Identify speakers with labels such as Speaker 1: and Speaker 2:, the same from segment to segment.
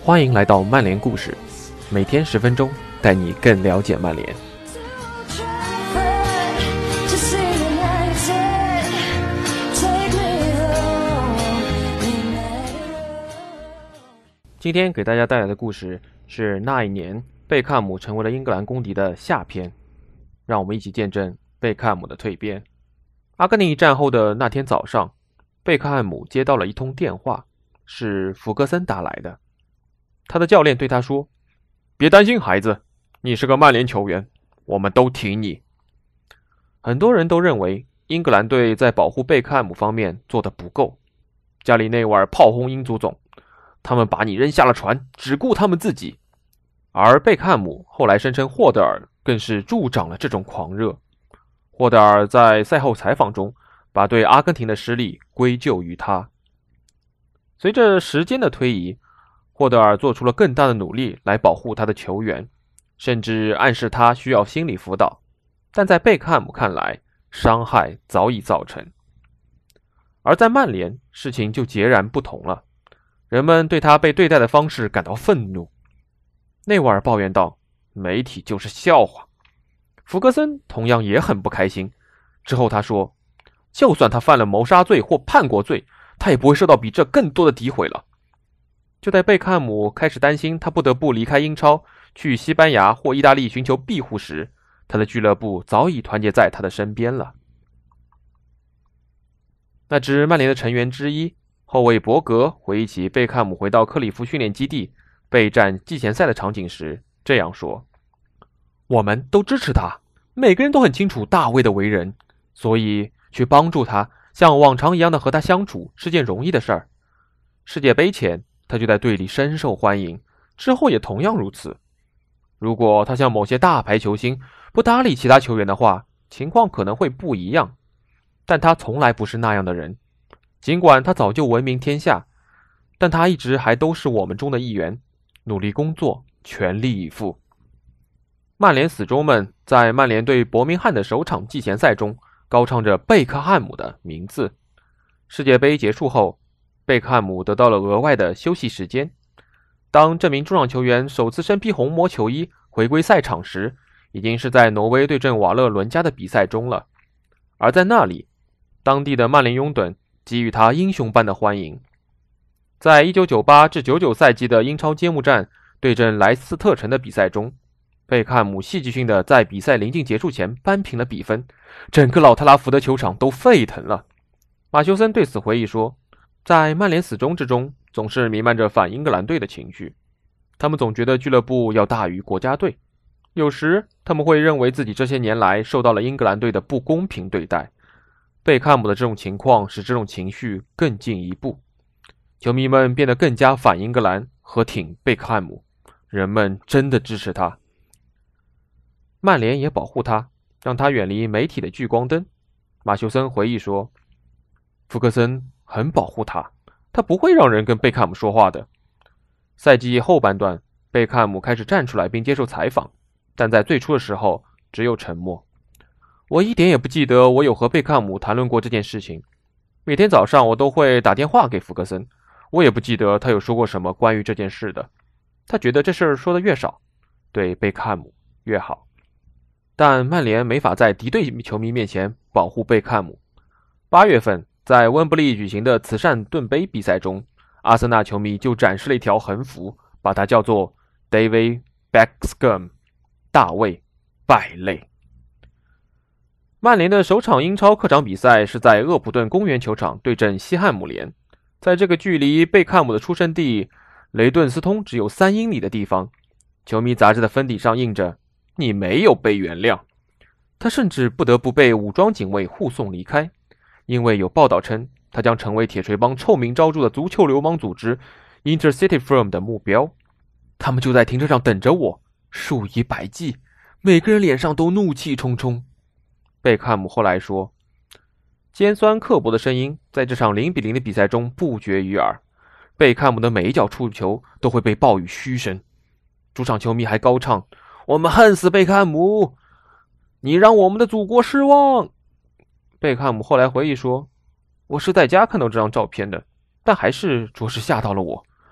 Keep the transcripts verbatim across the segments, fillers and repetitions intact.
Speaker 1: 欢迎来到曼联故事，每天十分钟，带你更了解曼联。今天给大家带来的故事是那一年贝克汉姆成为了英格兰公敌的下篇，让我们一起见证贝克汉姆的蜕变。阿根廷一战后的那天早上，贝克汉姆接到了一通电话，是福格森打来的。他的教练对他说：别担心孩子，你是个曼联球员，我们都挺你。很多人都认为英格兰队在保护贝克汉姆方面做得不够，加里内瓦尔炮轰英足总，他们把你扔下了船，只顾他们自己。而贝克汉姆后来声称霍德尔更是助长了这种狂热。霍德尔在赛后采访中把对阿根廷的失利归咎于他。随着时间的推移，霍德尔做出了更大的努力来保护他的球员，甚至暗示他需要心理辅导。但在贝克汉姆看来，伤害早已造成。而在曼联，事情就截然不同了。人们对他被对待的方式感到愤怒。内瓦尔抱怨道：媒体就是笑话。福格森同样也很不开心。之后他说，就算他犯了谋杀罪或叛国罪，他也不会受到比这更多的诋毁了。就在贝克汉姆开始担心他不得不离开英超，去西班牙或意大利寻求庇护时，他的俱乐部早已团结在他的身边了。那支曼联的成员之一后卫伯格回忆起贝克汉姆回到克里夫训练基地备战季前赛的场景时这样说：我们都支持他，每个人都很清楚大卫的为人，所以去帮助他，像往常一样的和他相处是件容易的事儿。世界杯前他就在队里深受欢迎，之后也同样如此。如果他像某些大牌球星不搭理其他球员的话，情况可能会不一样，但他从来不是那样的人。尽管他早就闻名天下，但他一直还都是我们中的一员，努力工作，全力以赴。曼联死忠们在曼联对伯明翰的首场季前赛中高唱着贝克汉姆的名字。世界杯结束后，贝克汉姆得到了额外的休息时间。当这名中场球员首次身披红魔球衣回归赛场时，已经是在挪威对阵瓦勒伦加的比赛中了。而在那里，当地的曼联拥趸给予他英雄般的欢迎。在一九九八至九九赛季的英超揭幕战对阵莱斯特城的比赛中，贝克汉姆戏剧性的在比赛临近结束前扳平了比分，整个老特拉福德球场都沸腾了。马修森对此回忆说，在曼联死忠之中总是弥漫着反英格兰队的情绪，他们总觉得俱乐部要大于国家队，有时他们会认为自己这些年来受到了英格兰队的不公平对待。贝克汉姆的这种情况使这种情绪更进一步，球迷们变得更加反英格兰和挺贝克汉姆，人们真的支持他。曼联也保护他，让他远离媒体的聚光灯。马修森回忆说，福格森很保护他，他不会让人跟贝克汉姆说话的。赛季后半段，贝克汉姆开始站出来并接受采访，但在最初的时候只有沉默。我一点也不记得我有和贝克汉姆谈论过这件事情。每天早上我都会打电话给福格森，我也不记得他有说过什么关于这件事的。他觉得这事儿说的越少，对贝克汉姆越好。但曼联没法在敌对球迷面前保护贝克汉姆。八月份在温布利举行的慈善盾杯比赛中，阿森纳球迷就展示了一条横幅，把它叫做 David Beckham， 大卫败类。曼联的首场英超客场比赛是在厄普顿公园球场对阵西汉姆联。在这个距离贝克汉姆的出生地雷顿斯通只有三英里的地方，球迷杂志的封底上印着你没有被原谅。他甚至不得不被武装警卫护送离开，因为有报道称他将成为铁锤帮臭名昭著的足球流氓组织 Intercity Firm 的目标。他们就在停车场等着我，数以百计，每个人脸上都怒气冲冲。贝克汉姆后来说，尖酸刻薄的声音在这场零比零的比赛中不绝于耳，贝克汉姆的每一脚触球都会被暴雨嘘声。主场球迷还高唱，我们恨死贝克汉姆，你让我们的祖国失望。贝克汉姆后来回忆说，我是在家看到这张照片的，但还是着实吓到了我。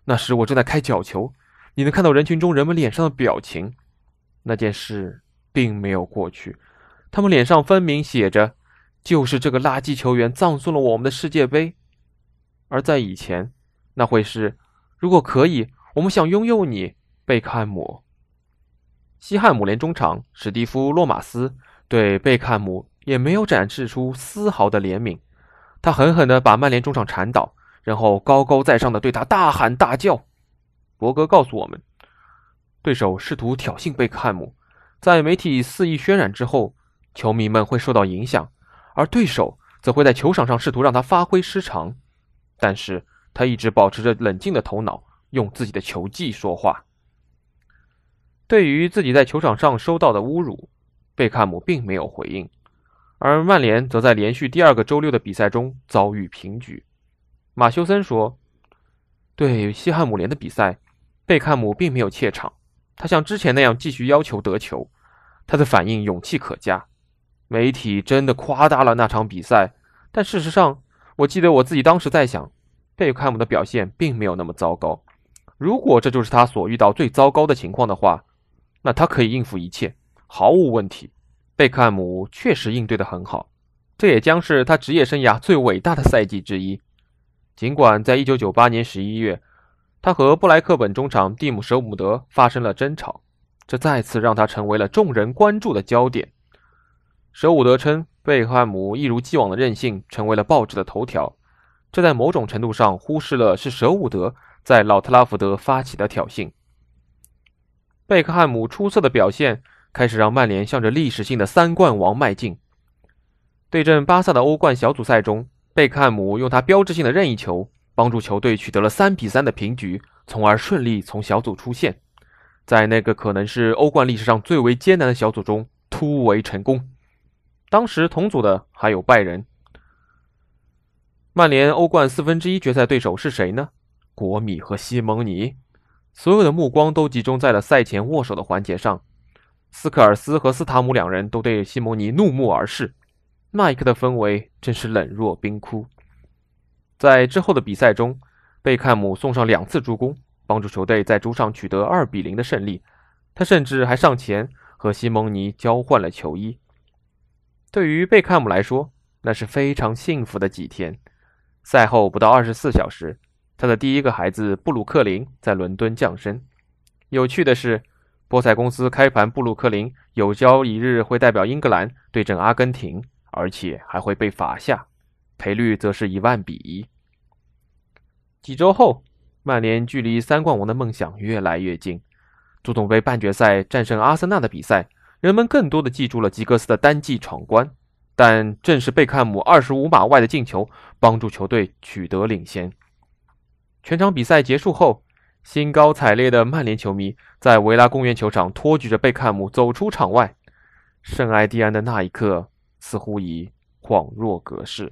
Speaker 1: 那时我正在开角球，你能看到人群中人们脸上的表情。那件事并没有过去，他们脸上分明写着，就是这个垃圾球员葬送了我们的世界杯。而在以前，那会是，如果可以，我们想拥有你，贝克汉姆。西汉姆联中场史蒂夫·洛马斯对贝克汉姆也没有展示出丝毫的怜悯，他狠狠地把曼联中场铲倒，然后高高在上地对他大喊大叫。博格告诉我们，对手试图挑衅贝克汉姆，在媒体肆意渲染之后，球迷们会受到影响，而对手则会在球场上试图让他发挥失常。但是他一直保持着冷静的头脑，用自己的球技说话。对于自己在球场上收到的侮辱，贝克汉姆并没有回应，而曼联则在连续第二个周六的比赛中遭遇平局。马修森说，对西汉姆联的比赛，贝克汉姆并没有怯场，他像之前那样继续要求得球，他的反应勇气可嘉。媒体真的夸大了那场比赛，但事实上，我记得我自己当时在想，贝克汉姆的表现并没有那么糟糕。如果这就是他所遇到最糟糕的情况的话，那他可以应付一切，毫无问题。贝克汉姆确实应对得很好，这也将是他职业生涯最伟大的赛季之一。尽管在一九九八年十一月，他和布莱克本中场蒂姆·舍伍德发生了争吵，这再次让他成为了众人关注的焦点。舍伍德称，贝克汉姆一如既往的任性成为了报纸的头条，这在某种程度上忽视了是舍伍德在老特拉福德发起的挑衅。贝克汉姆出色的表现开始让曼联向着历史性的三冠王迈进。对阵巴萨的欧冠小组赛中，贝克汉姆用他标志性的任意球帮助球队取得了三比三的平局，从而顺利从小组出线，在那个可能是欧冠历史上最为艰难的小组中突围成功。当时同组的还有拜仁。曼联欧冠四分之一决赛对手是谁呢？国米和西蒙尼。所有的目光都集中在了赛前握手的环节上，斯科尔斯和斯塔姆两人都对西蒙尼怒目而视，那一刻的氛围真是冷若冰窟。在之后的比赛中，贝克汉姆送上两次助攻，帮助球队在主场取得二比零的胜利，他甚至还上前和西蒙尼交换了球衣。对于贝克汉姆来说，那是非常幸福的几天。赛后不到二十四小时，他的第一个孩子布鲁克林在伦敦降生。有趣的是，波塞公司开盘布鲁克林有朝一日会代表英格兰对阵阿根廷，而且还会被罚下，赔率则是一万比一。几周后，曼联距离三冠王的梦想越来越近。足总杯半决赛战胜阿森纳的比赛，人们更多的记住了吉格斯的单骑闯关，但正是贝克汉姆二十五码外的进球帮助球队取得领先。全场比赛结束后，兴高采烈的曼联球迷在维拉公园球场托举着贝克汉姆走出场外。圣埃蒂安的那一刻似乎已恍若隔世。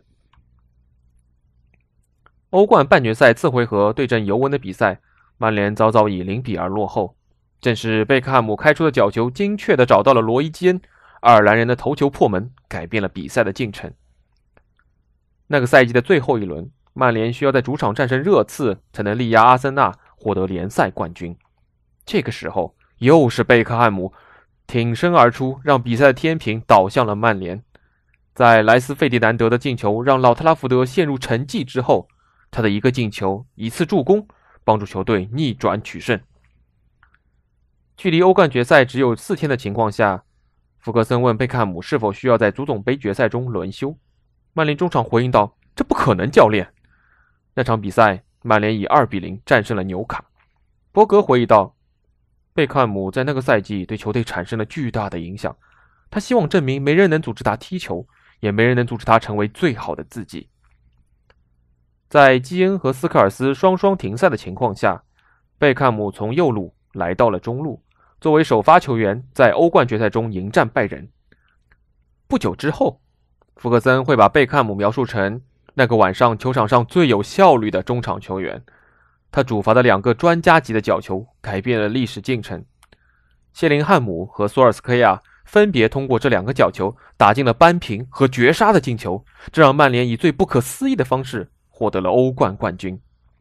Speaker 1: 欧冠半决赛次回合对阵尤文的比赛，曼联早早以零比二落后。正是贝克汉姆开出的角球精确地找到了罗伊基恩，爱尔兰人的头球破门，改变了比赛的进程。那个赛季的最后一轮，曼联需要在主场战胜热刺才能力压阿森纳获得联赛冠军。这个时候，又是贝克汉姆挺身而出，让比赛的天平倒向了曼联。在莱斯费迪南德的进球让老特拉福德陷入沉寂之后，他的一个进球一次助攻帮助球队逆转取胜。距离欧冠决赛只有四天的情况下，福格森问贝克汉姆是否需要在足总杯决赛中轮休。曼联中场回应道，这不可能，教练。那场比赛，曼联以二比零战胜了纽卡。博格回忆道，贝克汉姆在那个赛季对球队产生了巨大的影响，他希望证明没人能阻止他踢球，也没人能阻止他成为最好的自己。在基恩和斯科尔斯双双停赛的情况下，贝克汉姆从右路来到了中路，作为首发球员在欧冠决赛中迎战拜仁。不久之后，福克森会把贝克汉姆描述成那个晚上球场上最有效率的中场球员，他主罚的两个专家级的角球改变了历史进程。谢林汉姆和索尔斯克亚分别通过这两个角球打进了扳平和绝杀的进球，这让曼联以最不可思议的方式获得了欧冠冠军。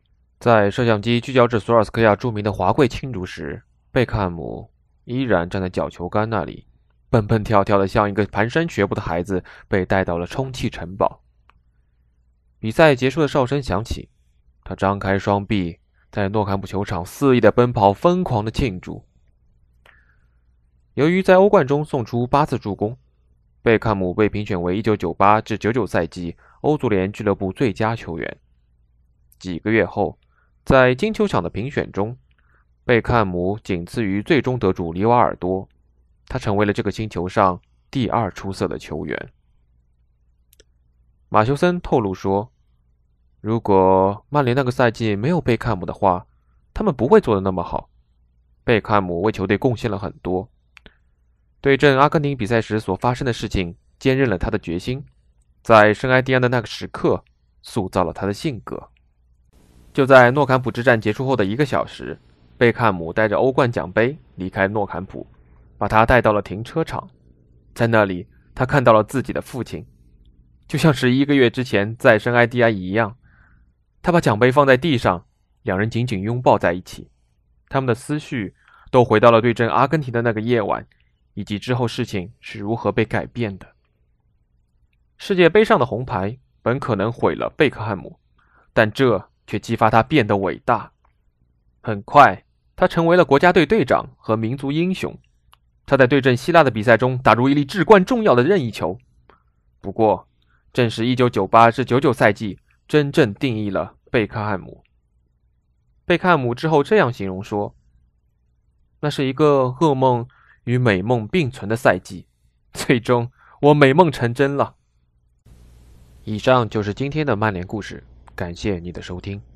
Speaker 1: 在摄像机聚焦至索尔斯克亚著名的华贵庆祝时，贝克汉姆依然站在角球杆那里，蹦蹦跳跳的像一个蹒跚学步的孩子，被带到了充气城堡。比赛结束的哨声响起，他张开双臂，在诺坎普球场肆意的奔跑，疯狂的庆祝。由于在欧冠中送出八次助攻，贝克汉姆被评选为一九九八至九九赛季欧足联俱乐部最佳球员。几个月后，在金球奖的评选中，贝克汉姆仅次于最终得主里瓦尔多，他成为了这个星球上第二出色的球员。马修森透露说，如果曼联那个赛季没有贝克汉姆的话，他们不会做得那么好。贝克汉姆为球队贡献了很多。对阵阿根廷比赛时所发生的事情坚韧了他的决心，在圣埃蒂安的那个时刻塑造了他的性格。就在诺坎普之战结束后的一个小时，贝克汉姆带着欧冠奖杯离开诺坎普，把他带到了停车场。在那里，他看到了自己的父亲，就像十一个月之前在圣埃蒂安一样。他把奖杯放在地上，两人紧紧拥抱在一起。他们的思绪都回到了对阵阿根廷的那个夜晚，以及之后事情是如何被改变的。世界杯上的红牌本可能毁了贝克汉姆，但这却激发他变得伟大。很快，他成为了国家队队长和民族英雄。他在对阵希腊的比赛中打入一粒至关重要的任意球。不过，正是一九九八至九九赛季真正定义了贝克汉姆。贝克汉姆之后这样形容说，那是一个噩梦与美梦并存的赛季，最终我美梦成真了。以上就是今天的曼联故事，感谢你的收听。